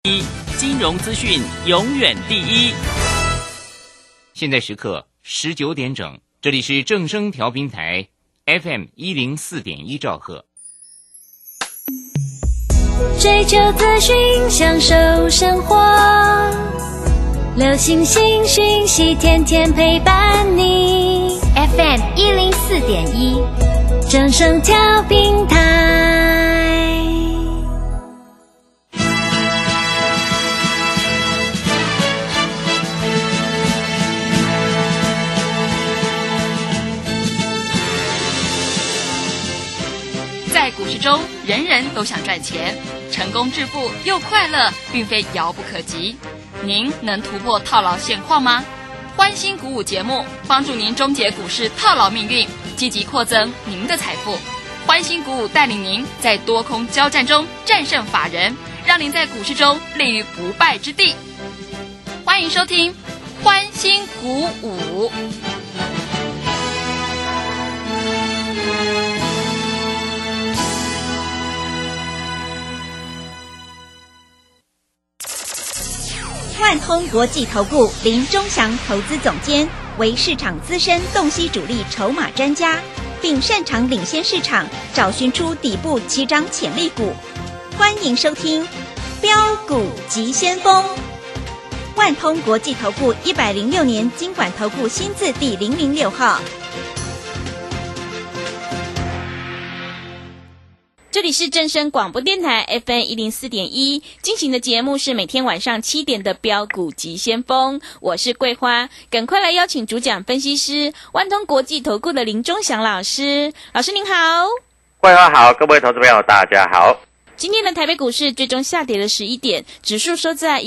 金融资讯永远第一。现在时刻19点整，这里是正声调频台 FM104.1兆赫。 追求资讯，享受生活，流行新讯息，天天陪伴你。FM104.1，正声调频台。 在股市中，人人都想赚钱，成功致富又快乐，并非遥不可及。您能突破套牢现况吗？欢欣鼓舞节目帮助您终结股市套牢命运，积极扩增您的财富。欢欣鼓舞带领您在多空交战中战胜法人，让您在股市中立于不败之地。欢迎收听欢欣鼓舞。 万通国际投顾林钟祥投资总监为市场资深洞悉主力筹码专家，并擅长领先市场，找寻出底部起涨潜力股。欢迎收听标股急先锋。万通国际投顾106年金管投顾新字第006号。 这里是正声广播电台 FM104.1，进行的节目是每天晚上7点的标股急先锋，我是桂花，赶快来邀请主讲分析师万通国际投顾的林钟祥老师。老师您好。 桂花好，各位投资朋友大家好。 今天的台北股市最终下跌了11点，指数收在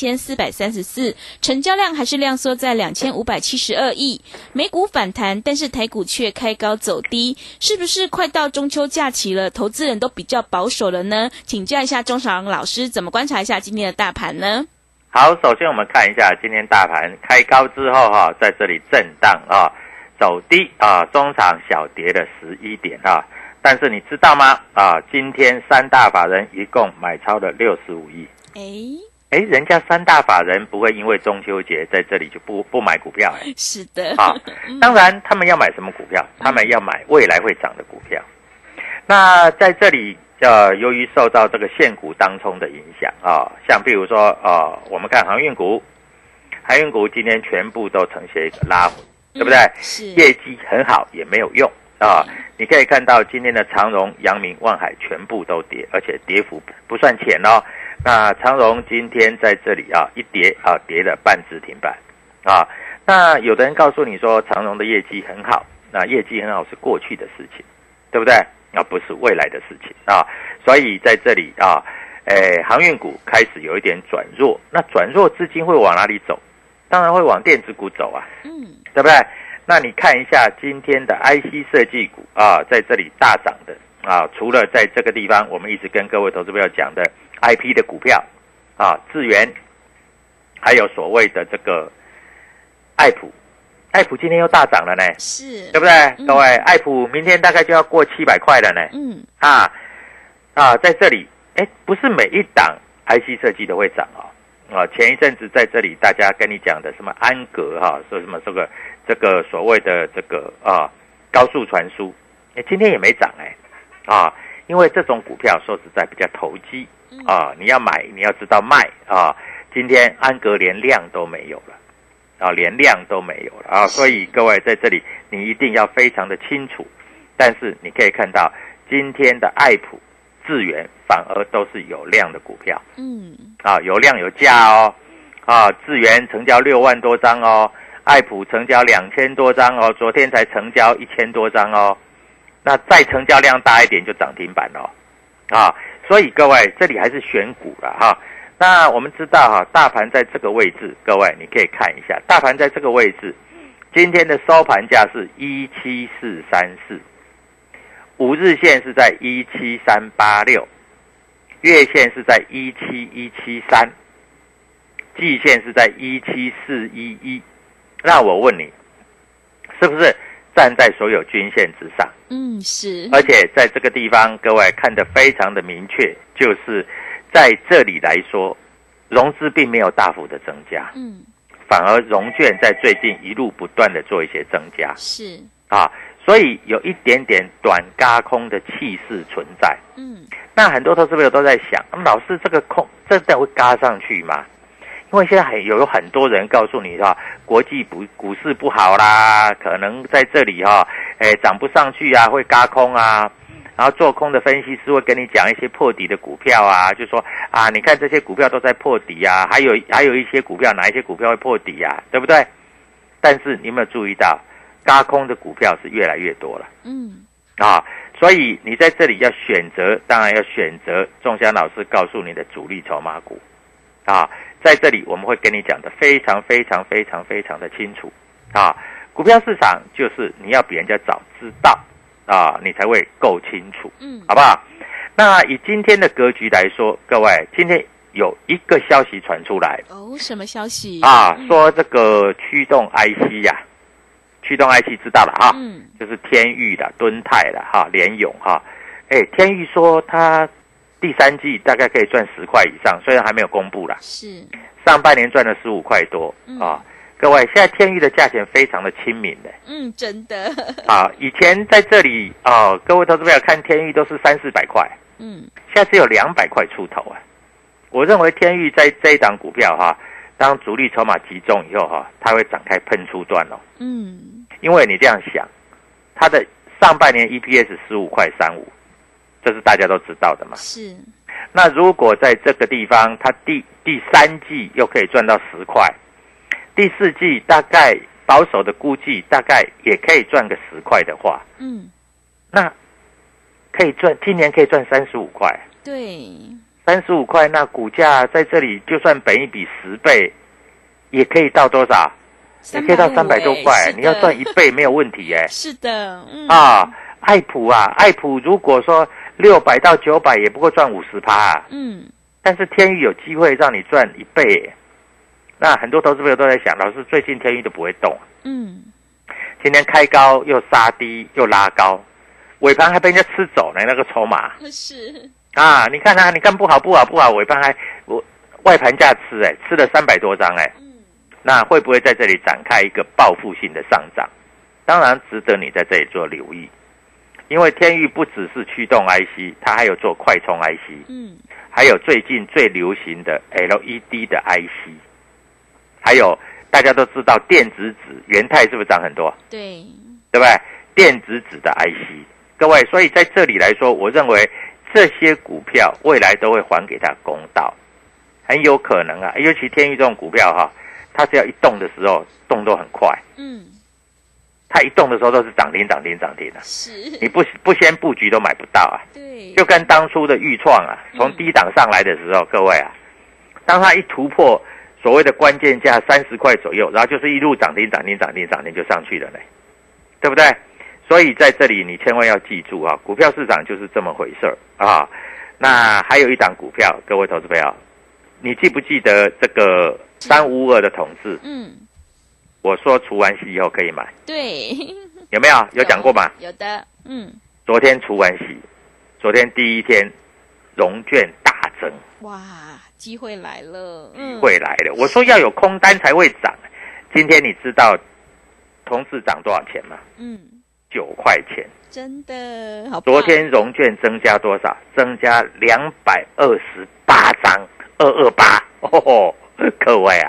17434，成交量还是量缩在2572亿。美股反弹，但是台股却开高走低，是不是快到中秋假期了，投资人都比较保守了呢？请教一下钟祥老师，怎么观察一下今天的大盘呢？ 好，首先我们看一下今天大盘开高之后在这里震荡走低中场小跌了11点但是你知道吗？今天三大法人一共买超了65亿。人家三大法人不会因为中秋节在这里就不买股票是的当然他们要买什么股票？他们要买未来会涨的股票。那在这里由于受到这个现股当冲的影响像比如说我们看航运股今天全部都呈现一个拉回，对不对？ 是业绩很好也没有用你可以看到今天的长荣、阳明、万海全部都跌，而且跌幅不算浅那长荣今天在这里一跌跌了半只停板那有的人告诉你说长荣的业绩很好，那业绩很好是过去的事情，对不对？不是未来的事情所以在这里航运股开始有一点转弱，那转弱资金会往哪里走？当然会往电子股走对不对？那你看一下今天的 IC 设计股在这里大涨的除了在这个地方我们一直跟各位投资朋友讲的 IP 的股票智原，还有所谓的这个爱普今天又大涨了呢， 是对不对？各位，爱普明天大概就要过700块了呢。在这里不是每一档 IC 设计都会涨前一阵子在这里大家跟你讲的什么安格说什么这个所谓的这个高速传输今天也没涨因为这种股票说实在比较投机你要买你要知道卖今天安格连量都没有了连量都没有了所以各位在这里你一定要非常的清楚。但是你可以看到今天的爱普、智原反而都是有量的股票有量有价智原成交6万多张爱普成交2000多张昨天才成交1000多张那再成交量大一点就涨停板所以各位这里还是选股了那我们知道大盘在这个位置，各位你可以看一下，大盘在这个位置，今天的收盘价是17434， 5日线是在17386，月线是在17173，季线是在17411。那我问你，是不是站在所有均线之上？ 是。而且在这个地方，各位看得非常的明确，就是在这里来说， 融资并没有大幅的增加，反而融券在最近一路不断的做一些增加， 是啊，所以有一点点短轧空的气势存在。那很多投资朋友都在想，老师这个空真的会轧上去吗？因为现在有很多人告诉你国际股市不好啦，可能在这里涨不上去啊，会轧空啊。然后做空的分析师会跟你讲一些破底的股票啊，就说啊，你看这些股票都在破底啊，还有一些股票，哪一些股票会破底啊，对不对？但是你有没有注意到，轧空的股票是越来越多了。所以你在这里要选择，当然要选择仲祥老师告诉你的主力筹码股啊，在这里我们会跟你讲的非常非常非常非常的清楚啊。股票市场就是你要比人家早知道啊，你才会够清楚，好不好？那以今天的格局来说，各位，今天有一个消息传出来哦，什么消息啊？说这个驱动 IC 呀，驱动 IC 知道了哈，就是天钰的、敦泰的哈、联咏哈。天钰说它第三季大概可以赚10块以上，虽然还没有公布啦， 是上半年赚了15块多啊。各位，现在天钰的价钱非常的亲民的， 真的啊，以前在这里各位投资朋友看天钰都是300-400块，现在只有200块出头啊。我认为天钰在这一档股票当主力筹码集中以后它会展开喷出段哦，因为你这样想，它的上半年 EPS 15块35，这是大家都知道的嘛。 是。 那如果在这个地方，它第三季又可以赚到10块。第四季大概保守的估计大概也可以赚个10块的话，那可以赚，今年可以赚35块。 对 ，35块，那股价在这里就算本益比10倍，也可以到多少？也可以到300多块。你要赚1倍没有问题是的， 爱普如果说600到900，也不过赚50%啊。但是天钰有机会让你赚1倍。那很多投资朋友都在想，老师最近天钰都不会动。今天开高又杀低又拉高，尾盘还被人家吃走了那个筹码。 是啊，你看你看不好，尾盘还外盘价吃吃了300多张那会不会在这里展开一个报复性的上涨？当然值得你在这里做留意，因为天钰不只是驱动 IC， 它还有做快充 IC，还有最近最流行的 LED 的 IC。还有大家都知道电子纸，元泰是不是涨很多？ 对不对？电子纸的 IC， 各位，所以在这里来说，我认为这些股票未来都会还给它公道，很有可能啊。尤其天钰这种股票它只要一动的时候，动都很快。它一动的时候都是涨停的。 是， 你不先布局都买不到啊。 对， 就跟当初的裕创从低档上来的时候，各位当它一突破所谓的关键价30块左右，然后就是一路涨停就上去了呢，对不对？所以在这里你千万要记住股票市场就是这么回事啊。那还有一档股票，各位投资朋友，你记不记得这个3552的统治？我说除完息以后可以买， 对， 有没有？有讲过吗？ 有的， 昨天除完息，昨天第一天融券大增， 哇，机会来了， 会来了。我说要有空单才会涨。今天你知道同志涨多少钱吗？9块钱， 真的好。 昨天融券增加多少？增加228张，228。各位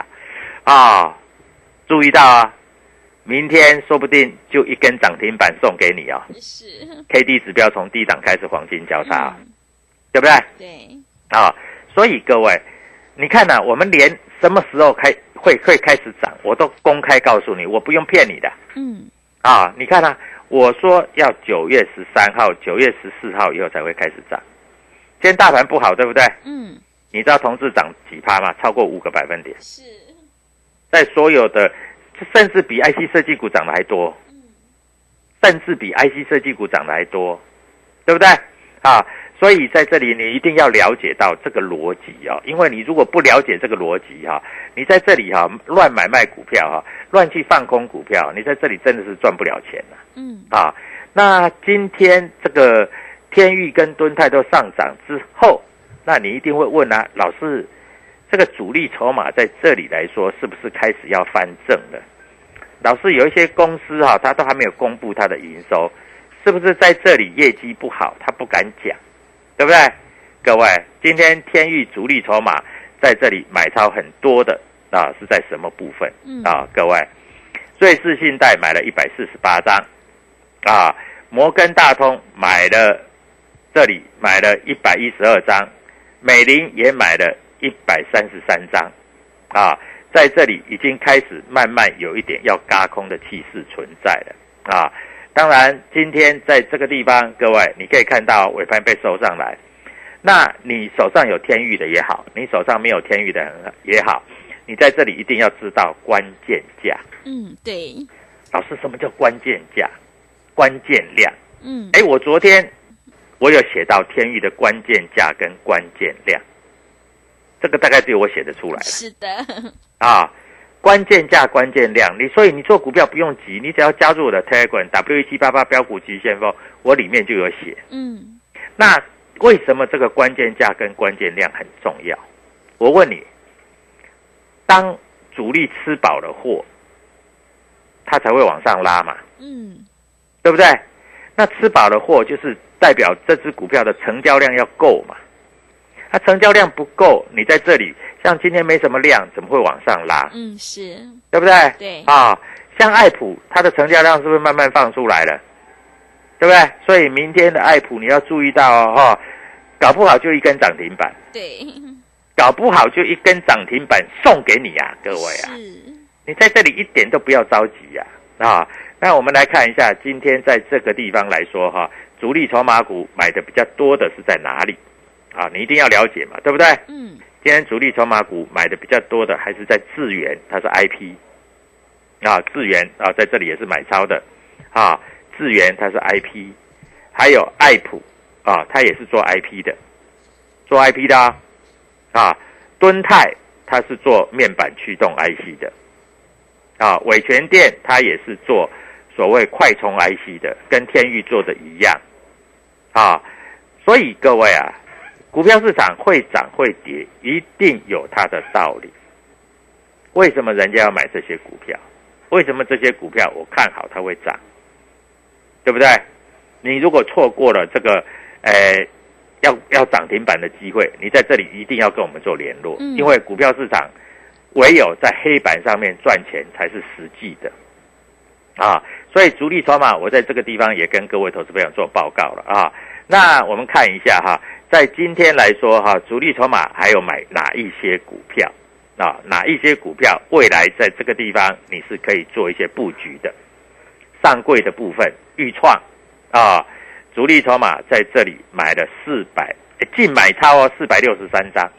注意到明天说不定就一根涨停板送给你是 ，KD 指标从低档开始黄金交叉，对不对？ 对所以各位，你看我们连什么时候会开始涨，我都公开告诉你，我不用骗你的。你看我说要9月13号、9月14号以后才会开始涨。今天大盘不好，对不对？你知道同志涨几%吗？超过5个百分点。 是， 在所有的，甚至比 IC 设计股涨得还多，甚至比 IC 设计股涨得还多，对不对？所以在这里你一定要了解到这个逻辑因为你如果不了解这个逻辑你在这里乱买卖股票乱去放空股票，你在这里真的是赚不了钱了。那今天这个天钰跟敦泰都上涨之后，那你一定会问老师， 这个主力筹码在这里来说，是不是开始要翻正了？老师，有一些公司哈，它都还没有公布它的营收，是不是在这里业绩不好，它不敢讲，对不对？各位，今天天鈺主力筹码在这里买超很多的啊，是在什么部分啊？各位，瑞士信贷买了148张啊，摩根大通这里买了112张，美林也买了133张啊，在这里已经开始慢慢有一点要軋空的气势存在了啊。当然，今天在这个地方，各位你可以看到尾盘被收上来，那你手上有天鈺的也好，你手上没有天鈺的也好，你在这里一定要知道关键价。 对。 老师，什么叫关键价？关键量。我昨天我有写到天鈺的关键价跟关键量，这个大概只有我写得出来了。 是的。 啊，关键价、关键量，所以你做股票不用急，你只要加入我的 Telegram W1788标股急先锋，我里面就有写。那为什么这个关键价跟关键量很重要？我问你，当主力吃饱了货，它才会往上拉嘛？对不对？那吃饱了货就是代表这只股票的成交量要够嘛？它成交量不够，你在这里像今天没什么量，怎么会往上拉？ 是， 对不对？ 对啊，像爱普，它的成交量是不是慢慢放出来了？对不对？所以明天的爱普你要注意到哦，搞不好就一根涨停板。 对， 搞不好就一根涨停板送给你啊，各位啊！你在这里一点都不要着急呀啊！那我们来看一下，今天在这个地方来说哈，主力筹码股买的比较多的是在哪里？啊，你一定要了解嘛，对不对？今天主力筹码股买的比较多的还是在智原，它是 IP 啊，智原啊，在这里也是买超的啊，智原它是 IP， 还有爱普啊，它也是做 IP 的，啊，敦泰它是做面板驱动 IC 的，啊，伟全电它也是做所谓快充 IC 的，跟天鈺做的一样，啊，所以各位啊，股票市场会涨会跌，一定有它的道理。为什么人家要买这些股票？为什么这些股票我看好它会涨？对不对？你如果错过了这个，要涨停板的机会，你在这里一定要跟我们做联络，因为股票市场唯有在黑板上面赚钱才是实际的啊。所以主力筹码，我在这个地方也跟各位投资朋友做报告了啊。那我们看一下哈，在今天来说哈，主力筹码还有买哪一些股票啊？哪一些股票未来在这个地方你是可以做一些布局的？上柜的部分，裕创啊，主力筹码在这里买了净买超哦，463张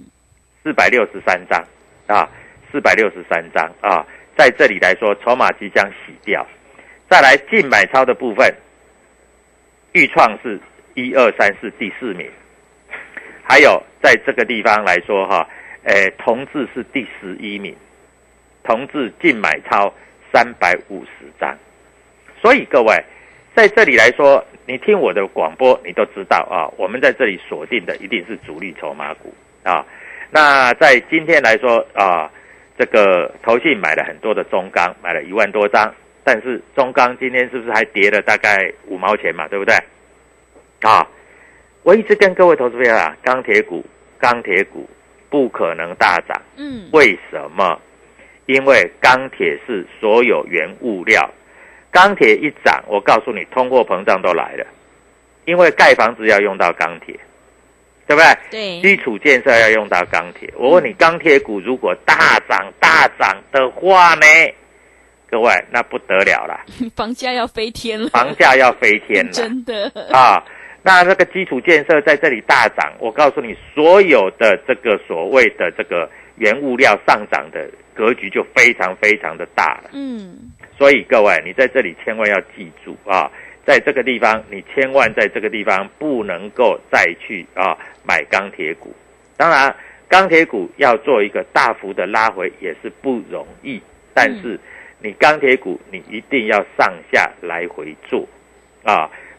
，463张啊，463张啊，在这里来说，筹码即将洗掉。再来净买超的部分，裕创是1、2、3、4第4名，还有在这个地方来说哈，同志是第11名，同志净买超350张。所以各位在这里来说，你听我的广播，你都知道啊，我们在这里锁定的一定是主力筹码股啊。那在今天来说啊，这个投信买了很多的中钢，买了1万多张，但是中钢今天是不是还跌了大概5毛钱嘛，对不对？啊，我一直跟各位投资朋友啊，钢铁股不可能大涨。为什么？因为钢铁是所有原物料。钢铁一涨，我告诉你，通货膨胀都来了，因为盖房子要用到钢铁，对不对？ 对， 基础建设要用到钢铁。我问你，钢铁股如果大涨的话呢？各位，那不得了了， 房价要飞天了， 真的啊！那个基础建设在这里大涨，我告诉你，所有的这个所谓的这个原物料上涨的格局就非常非常的大了。所以各位，你在这里千万要记住啊，在这个地方，你千万在这个地方不能够再去买钢铁股。当然，钢铁股要做一个大幅的拉回也是不容易，但是你钢铁股你一定要上下来回做啊，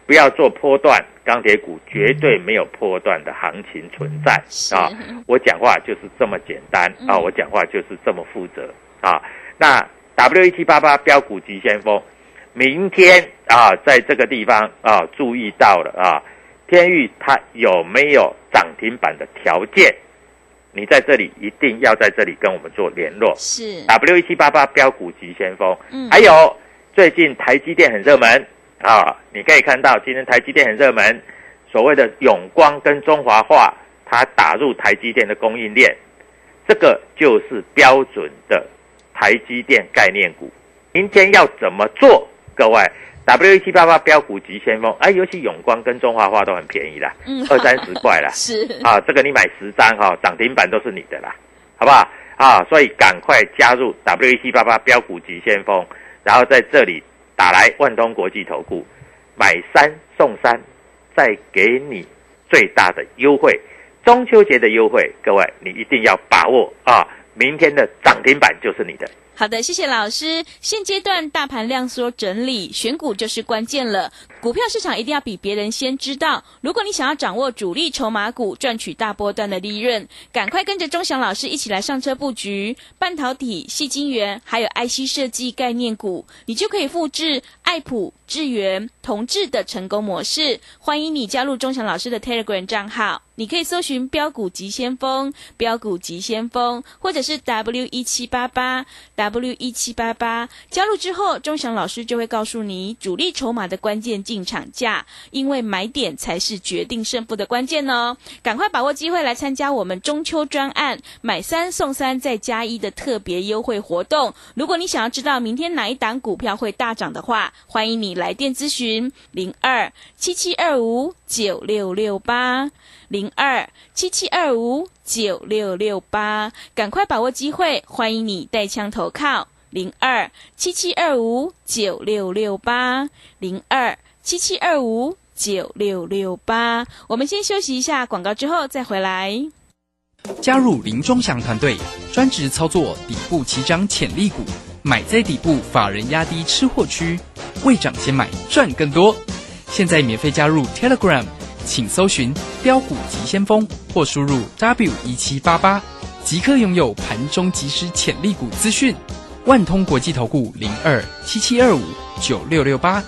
不要做波段，钢铁股绝对没有波段的行情存在啊！我讲话就是这么简单啊，我讲话就是这么负责啊。那 W1788 标股急先锋，明天啊，在这个地方啊，注意到了啊，天鈺它有没有涨停板的条件？你在这里一定要在这里跟我们做联络。 是 W1788 标股急先锋，还有最近台积电很热门。你可以看到今天台积电很热门，所谓的永光跟中华化，它打入台积电的供应链，这个就是标准的台积电概念股。明天要怎么做？各位 ，W1788 标股急先锋，尤其永光跟中华化都很便宜啦，20-30块啦， 是这个你买10张涨停板都是你的啦，好不好？所以赶快加入 W1788 标股急先锋，然后在这里打来万通国际投顾，买3送3，再给你最大的优惠，中秋节的优惠，各位你一定要把握啊！明天的涨停板就是你的。 好的，谢谢老师。现阶段大盘量缩整理，选股就是关键了。股票市场一定要比别人先知道。如果你想要掌握主力筹码股，赚取大波段的利润，赶快跟着钟祥老师一起来上车布局半导体、矽晶圆，还有 IC 设计概念股，你就可以复制爱普、智原、同致的成功模式。欢迎你加入钟祥老师的 Telegram 账号，你可以搜寻标股急先锋、标股急先锋，或者是 W1788 W1788， 加入之后，钟祥老师就会告诉你主力筹码的关键进场价，因为买点才是决定胜负的关键哦。赶快把握机会来参加我们中秋专案买3送3再加1的特别优惠活动。如果你想要知道明天哪一档股票会大涨的话，欢迎你来电咨询02-7725-9668 02-7725-9668，赶快把握机会，欢迎你带枪投靠02-7725-9668 02-7725-9668。我们先休息一下广告，之后再回来。 加入林钟祥团队，专职操作底部起涨潜力股，买在底部，法人压低吃货区，未涨先买赚更多。现在免费加入 Telegram， 请搜寻标股急先锋或输入 W1788， 即刻拥有盘中即时潜力股资讯。万通国际投顾02-7725-9668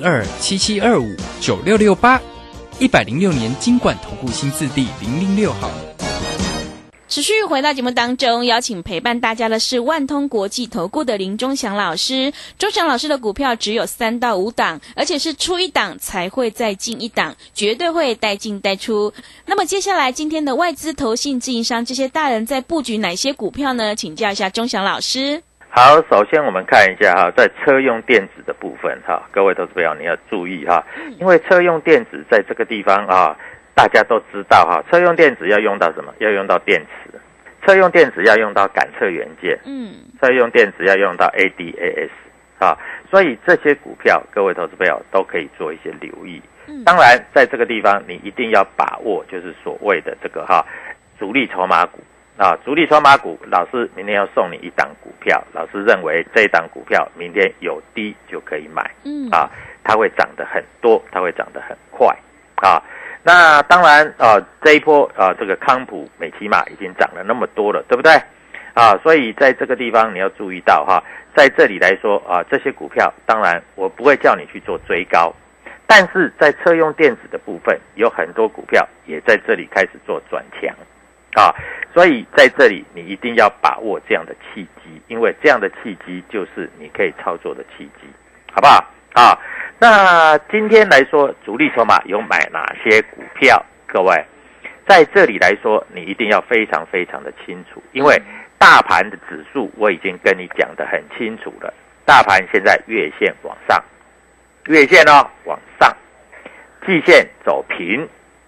02-7725-9668， 106年金管投顾新字第006号。 持续回到节目当中，邀请陪伴大家的是万通国际投顾的林钟祥老师。钟祥老师的股票只有3到5档，而且是出一档才会再进一档，绝对会带进带出。那么接下来今天的外资、投信、自营商这些大人在布局哪些股票呢？请教一下钟祥老师。 好，首先我们看一下在车用电子的部分各位投资朋友你要注意因为车用电子在这个地方大家都知道车用电子要用到什么？要用到电池，车用电子要用到感测元件，车用电子要用到 ADAS 所以这些股票各位投资朋友都可以做一些留意。当然在这个地方你一定要把握就是所谓的这个主力筹码股主力筹码股，老师明天要送你一档股票，老师认为这一档股票明天有低就可以买它会涨得很多，它会涨得很快那当然这一波这个康普、美骑马已经涨了那么多了，对不对所以在这个地方你要注意到在这里来说这些股票当然我不会叫你去做追高，但是在车用电子的部分有很多股票也在这里开始做转强所以在这里你一定要把握这样的契机，因为这样的契机就是你可以操作的契机，好不好那今天来说主力筹码有买哪些股票？各位在这里来说你一定要非常非常的清楚，因为大盘的指数我已经跟你讲得很清楚了，大盘现在月线往上，月线往上，季线走平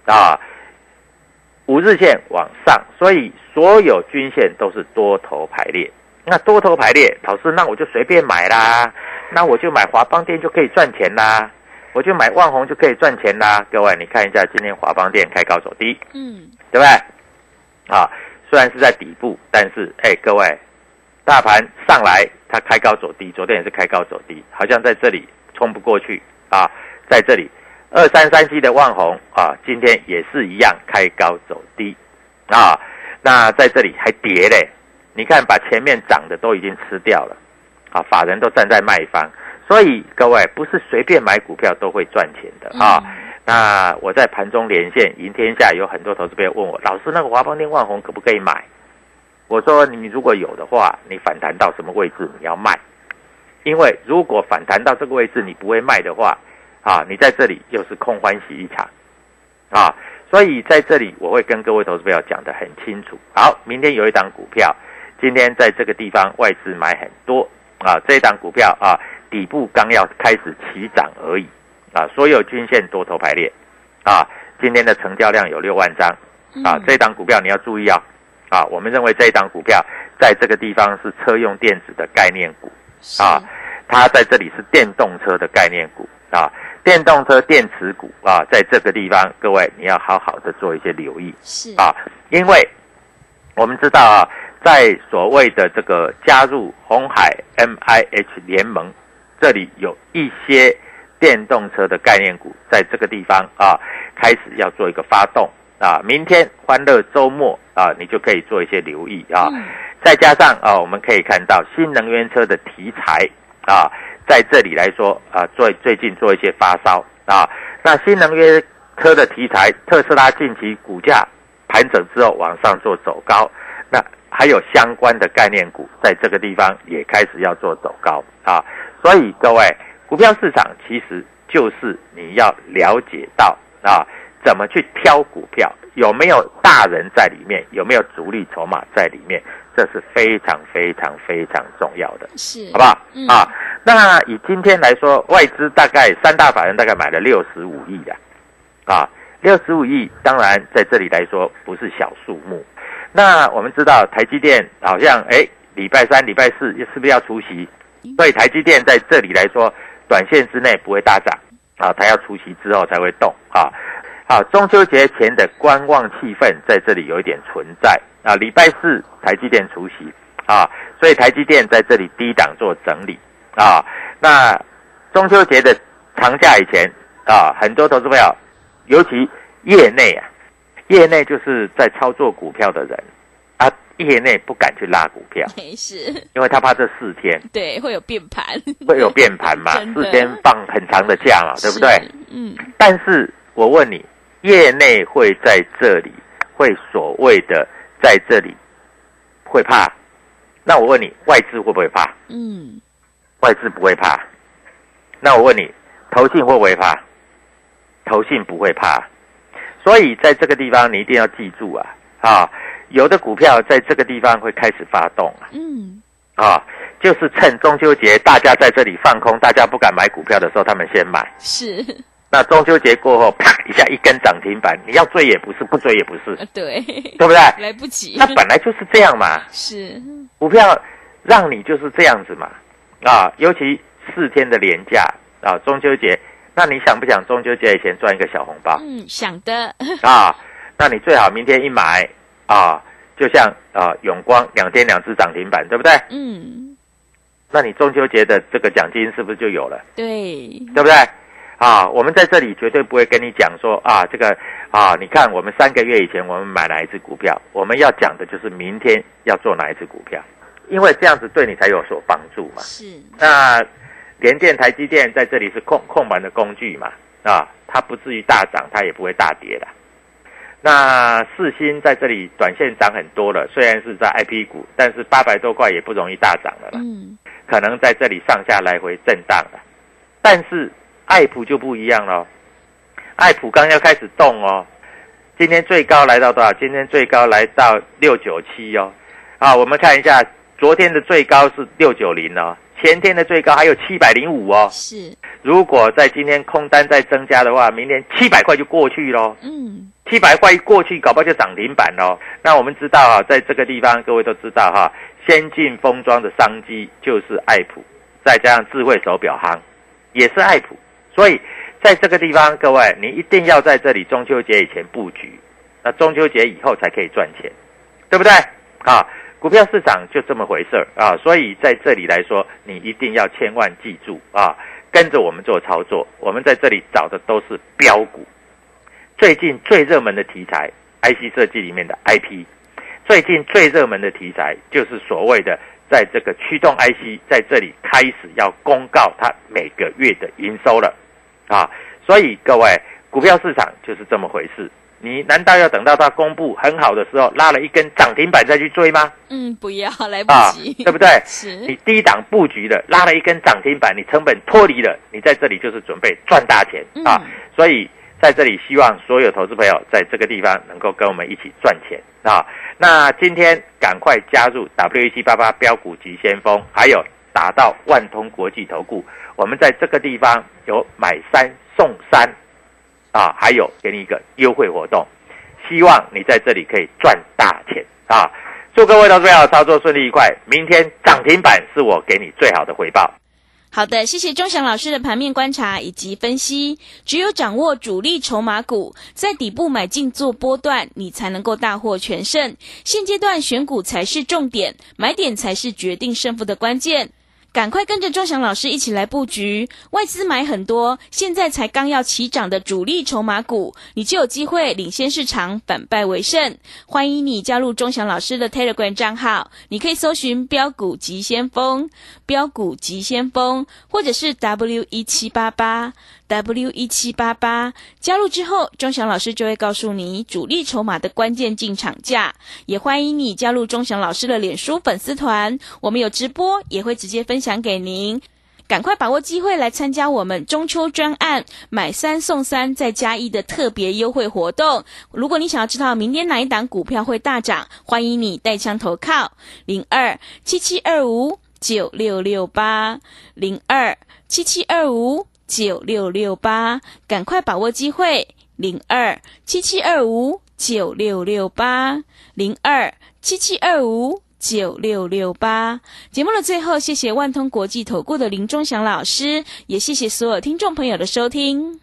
5日线往上，所以所有均线都是多头排列。那多头排列，老师那我就随便买啦，那我就买华邦电就可以赚钱啦，我就买万宏就可以赚钱啦。各位你看一下今天华邦电开高走低对不对虽然是在底部，但是各位大盘上来它开高走低，昨天也是开高走低，好像在这里冲不过去在这里 2337的万宏啊，今天也是一样开高走低啊，那在这里还跌嘞，你看把前面涨的都已经吃掉了啊，法人都站在卖方，所以各位不是随便买股票都会赚钱的啊。那我在盘中连线赢天下，有很多投资朋友问我，老师那个华邦电、万宏可不可以买？我说你如果有的话，你反弹到什么位置你要卖，因为如果反弹到这个位置你不会卖的话啊，你在这里又是空欢喜一场啊，所以在这里我会跟各位投资朋友讲得很清楚。好，明天有一档股票，今天在这个地方外资买很多啊，这一档股票啊底部刚要开始起涨而已啊，所有均线多头排列啊，今天的成交量有6万张啊，这一档股票你要注意啊。我们认为这一档股票在这个地方是车用电子的概念股啊，它在这里是电动车的概念股啊，电动车电池股啊，在这个地方各位你要好好的做一些留意啊，因为我们知道啊，在所谓的这个加入鸿海 MIH 联盟，这里有一些电动车的概念股在这个地方啊开始要做一个发动啊，明天欢乐周末啊，你就可以做一些留意啊。再加上啊，我们可以看到新能源车的题材啊，在这里来说啊，最近做一些发烧啊。那新能源车的题材，特斯拉近期股价盘整之后往上做走高，那还有相关的概念股在这个地方也开始要做走高啊。所以各位，股票市场其实就是你要了解到啊，怎么去挑股票，有没有大人在里面，有没有主力筹码在里面，这是非常非常非常重要的，是好不好？啊，那以今天来说，外资大概3大法人大概买了65亿的啊，65亿，当然在这里来说不是小数目。那我们知道台积电好像礼拜3、礼拜4是不是要除息？所以台积电在这里来说，短线之内不会大涨啊，它要除息之后才会动啊。好，中秋节前的观望气氛在这里有一点存在啊。礼拜4台积电除息啊，所以台积电在这里低档做整理啊。那中秋节的长假以前啊，很多投资朋友，尤其业内就是在操作股票的人啊，业内不敢去拉股票， 是因为他怕这4天对会有变盘， 会有变盘嘛，4天放很长的假嘛，对不对？但是我问你，业内会在这里，会所谓的在这里会怕？那我问你，外资会不会怕？外资不会怕。那我问你，投信会不会怕？投信不会怕。所以在这个地方你一定要记住啊，有的股票在这个地方会开始发动就是趁中秋节大家在这里放空，大家不敢买股票的时候，他们先买。是。那中秋节过后，啪一下一根涨停板，你要追也不是，不追也不是， 对不对？ 来不及。 那本来就是这样嘛。是。股票让你就是这样子嘛，尤其4天的连假啊，中秋节，那你想不想中秋节以前赚一个小红包？ 想的。 那你最好明天一买就像永光2天2只涨停板，对不对？那你中秋节的这个奖金是不是就有了？对不对？我们在这里绝对不会跟你讲说这个你看我们3个月以前我们买哪一只股票，我们要讲的就是明天要做哪一只股票，因为这样子对你才有所帮助嘛。是。那联电、台积电在这里是控盘的工具嘛，它不至于大涨，它也不会大跌的。那世芯在这里短线涨很多了，虽然是在 IP 股，但是800多块也不容易大涨了啦。可能在这里上下来回震荡了。但是爱普就不一样了，爱普刚要开始动今天最高来到多少？今天最高来到697我们看一下，昨天的最高是690前天的最高还有705是。如果在今天空单再增加的话，明天700块就过去咯。700块一过去，搞不好就涨停板咯。那我们知道在这个地方各位都知道先进封装的商机就是爱普，再加上智慧手表行也是爱普，所以在这个地方各位你一定要在这里中秋节以前布局，那中秋节以后才可以赚钱，对不对？ 股票市场就这么回事啊，所以在这里来说，你一定要千万记住啊，跟着我们做操作。我们在这里找的都是标股，最近最热门的题材 IC 设计里面的 IP， 最近最热门的题材就是所谓的在这个驱动 IC 在这里开始要公告它每个月的营收了啊，所以各位，股票市场就是这么回事。你难道要等到它公布很好的时候拉了一根涨停板再去追吗？ 不要，来不及， 对不对？ 是你低档布局了，拉了一根涨停板，你成本脱离了，你在这里就是准备赚大钱啊！所以在这里希望所有投资朋友在这个地方能够跟我们一起赚钱啊！那今天赶快加入 W1788 标股急先锋，还有打到万通国际投顾，我们在这个地方有买3送3啊，还有给你一个优惠活动，希望你在这里可以赚大钱啊！祝各位投资朋友操作顺利愉快，明天涨停板是我给你最好的回报。 好的，谢谢钟祥老师的盘面观察以及分析。只有掌握主力筹码股，在底部买进做波段，你才能够大获全胜。现阶段选股才是重点，买点才是决定胜负的关键。赶快跟着钟祥老师一起来布局，外资买很多，现在才刚要起涨的主力筹码股，你就有机会领先市场，反败为胜。欢迎你加入钟祥老师的 Telegram 账号，你可以搜寻标股急先锋，标股急先锋，或者是 W1788 W1788， 加入之后，钟祥老师就会告诉你主力筹码的关键进场价。也欢迎你加入钟祥老师的脸书粉丝团，我们有直播，也会直接分享给您。赶快把握机会来参加我们中秋专案买3送3再加1的特别优惠活动。如果你想要知道明天哪一档股票会大涨，欢迎你带枪投靠02-7725-9668 02-7725-9668，赶快把握机会02-7725-9668 02-7725-9668。节目的最后，谢谢万通国际投顾的林钟祥老师，也谢谢所有听众朋友的收听。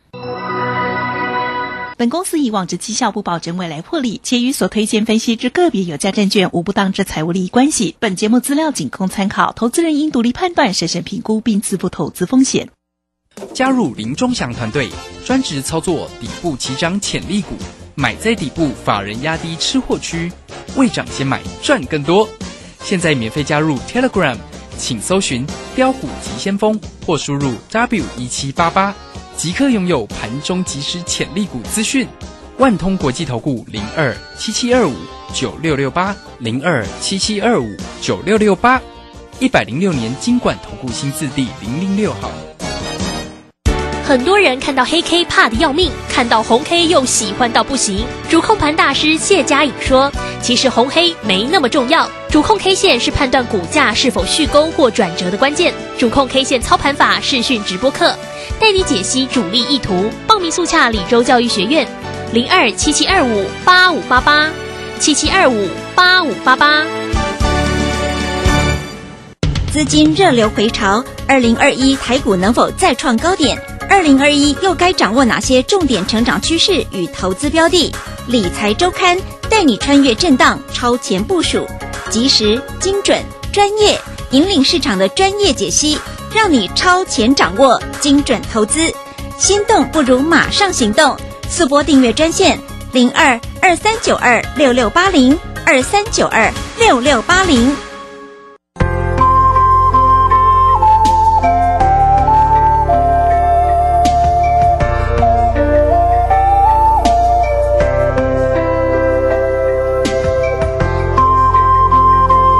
本公司以往之绩效不保证未来获利，且与所推荐分析之个别有价证券无不当之财务利益关系。本节目资料仅供参考，投资人应独立判断、审慎评估并自负投资风险。 加入林钟祥团队，专职操作底部起涨潜力股，买在底部，法人压低吃货区，未涨先买赚更多。现在免费加入 Telegram， 请搜寻标股急先锋或输入 W1788， 即刻拥有盘中即时潜力股资讯。万通国际投顾02-7725-9668 02-7725-9668， 106年金管投顾新字第006号。 很多人看到黑 K 怕得要命，看到红 K 又喜欢到不行。主控盘大师谢佳颖说，其实红黑没那么重要，主控 K 线是判断股价是否续攻或转折的关键。主控 K 线操盘法视讯直播课，带你解析主力意图。报名速洽李州教育学院02-7725-8588 7725-8588。 资金热流回潮，2021台股能否再创高点？2021又该掌握哪些重点成长趋势与投资标的？理财周刊带你穿越震荡，超前部署，及时、精准、专业，引领市场的专业解析，让你超前掌握精准投资。心动不如马上行动，速拨订阅专线02-2392-6680 2392-6680。